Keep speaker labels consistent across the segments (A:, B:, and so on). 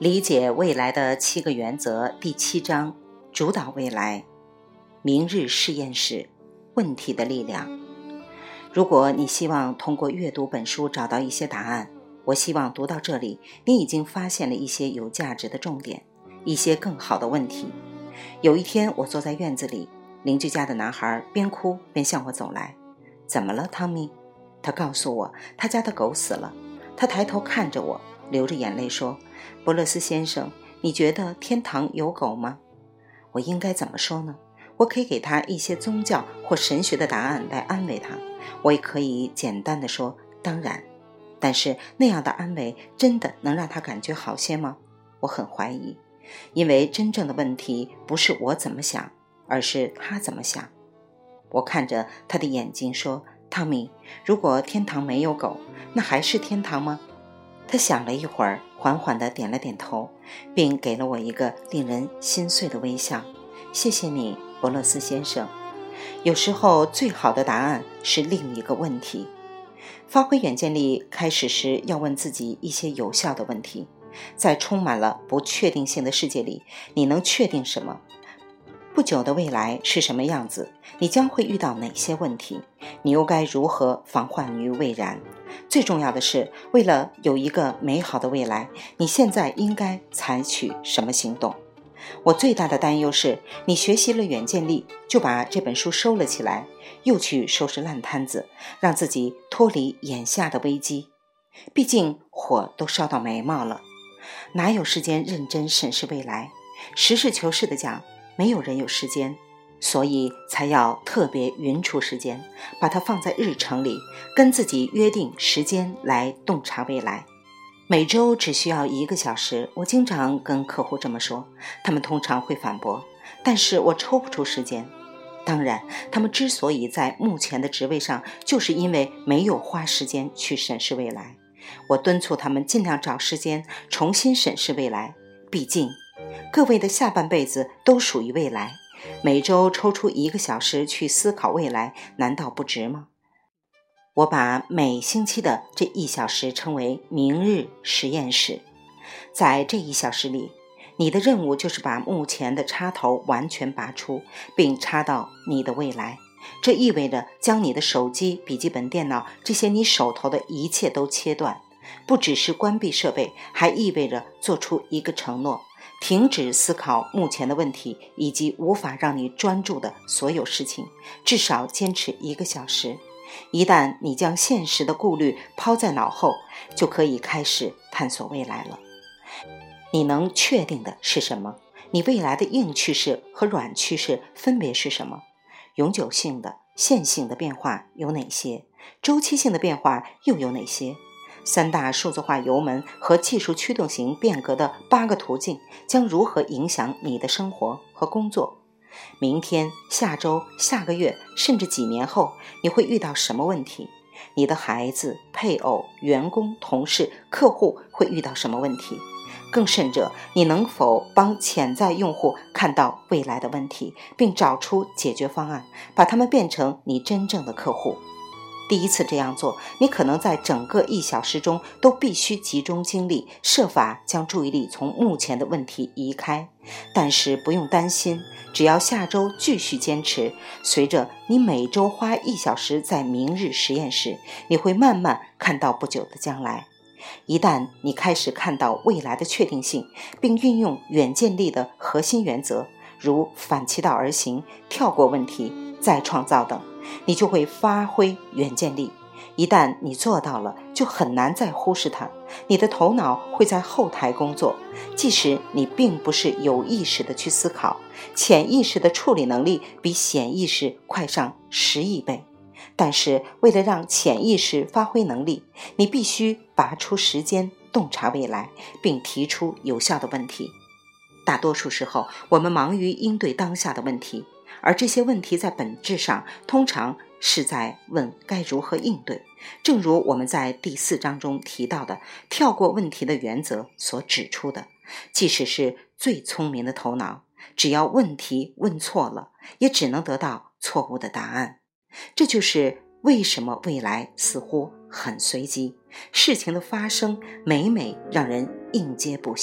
A: 理解未来的7个原则第7章，主导未来。明日实验室，问题的力量。如果你希望通过阅读本书找到一些答案，我希望读到这里，你已经发现了一些有价值的重点，一些更好的问题。有一天，我坐在院子里，邻居家的男孩边哭边向我走来。怎么了，汤米？他告诉我，他家的狗死了。他抬头看着我，流着眼泪说，伯勒斯先生，你觉得天堂有狗吗？我应该怎么说呢？我可以给他一些宗教或神学的答案来安慰他，我也可以简单地说当然，但是那样的安慰真的能让他感觉好些吗？我很怀疑，因为真正的问题不是我怎么想，而是他怎么想。我看着他的眼睛说，汤米，如果天堂没有狗，那还是天堂吗？他想了一会儿，缓缓地点了点头，并给了我一个令人心碎的微笑。谢谢你，伯勒斯先生。有时候最好的答案是另一个问题。发挥远见力开始时要问自己一些有效的问题。在充满了不确定性的世界里，你能确定什么？不久的未来是什么样子？你将会遇到哪些问题？你又该如何防患于未然？最重要的是，为了有一个美好的未来，你现在应该采取什么行动？我最大的担忧是，你学习了远见力，就把这本书收了起来，又去收拾烂摊子，让自己脱离眼下的危机。毕竟火都烧到眉毛了，哪有时间认真审视未来？实事求是地讲，没有人有时间，所以才要特别匀出时间，把它放在日程里，跟自己约定时间来洞察未来。每周只需要1个小时，我经常跟客户这么说，他们通常会反驳，但是我抽不出时间。当然，他们之所以在目前的职位上，就是因为没有花时间去审视未来。我敦促他们尽量找时间重新审视未来，毕竟各位的下半辈子都属于未来，每周抽出1个小时去思考未来，难道不值吗？我把每星期的这1小时称为明日实验室。在这1小时里，你的任务就是把目前的插头完全拔出，并插到你的未来。这意味着将你的手机、笔记本电脑，这些你手头的一切都切断。不只是关闭设备，还意味着做出一个承诺，停止思考目前的问题以及无法让你专注的所有事情，至少坚持1个小时。一旦你将现实的顾虑抛在脑后，就可以开始探索未来了。你能确定的是什么？你未来的硬趋势和软趋势分别是什么？永久性的、线性的变化有哪些？周期性的变化又有哪些？3大数字化油门和技术驱动型变革的8个途径将如何影响你的生活和工作？明天、下周、下个月，甚至几年后，你会遇到什么问题？你的孩子、配偶、员工、同事、客户会遇到什么问题？更甚者，你能否帮潜在用户看到未来的问题，并找出解决方案，把它们变成你真正的客户？第一次这样做，你可能在整个1小时中都必须集中精力，设法将注意力从目前的问题移开。但是不用担心，只要下周继续坚持，随着你每周花1小时在明日实验室，你会慢慢看到不久的将来。一旦你开始看到未来的确定性，并运用远见力的核心原则，如反其道而行、跳过问题、再创造等，你就会发挥远见力。一旦你做到了，就很难再忽视它。你的头脑会在后台工作，即使你并不是有意识的去思考，潜意识的处理能力比显意识快上10亿倍。但是为了让潜意识发挥能力，你必须拔出时间洞察未来，并提出有效的问题。大多数时候，我们忙于应对当下的问题，而这些问题在本质上通常是在问该如何应对。正如我们在第4章中提到的跳过问题的原则所指出的，即使是最聪明的头脑，只要问题问错了，也只能得到错误的答案。这就是为什么未来似乎很随机，事情的发生每每让人应接不暇。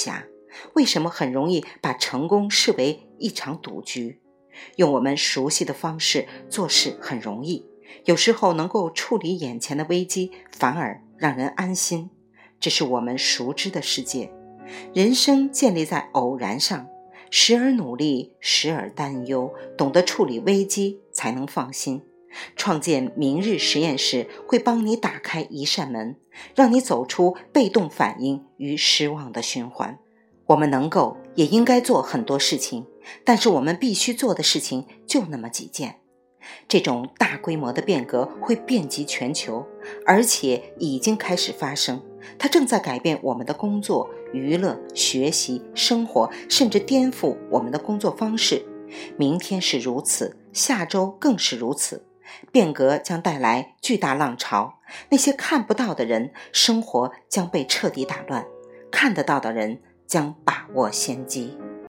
A: 为什么很容易把成功视为一场赌局？用我们熟悉的方式做事很容易，有时候能够处理眼前的危机，反而让人安心。这是我们熟知的世界。人生建立在偶然上，时而努力，时而担忧，懂得处理危机才能放心。创建明日实验室会帮你打开一扇门，让你走出被动反应与失望的循环。我们能够也应该做很多事情，但是我们必须做的事情就那么几件。这种大规模的变革会遍及全球，而且已经开始发生。它正在改变我们的工作、娱乐、学习、生活，甚至颠覆我们的工作方式。明天是如此，下周更是如此。变革将带来巨大浪潮，那些看不到的人，生活将被彻底打乱；看得到的人将把握先机。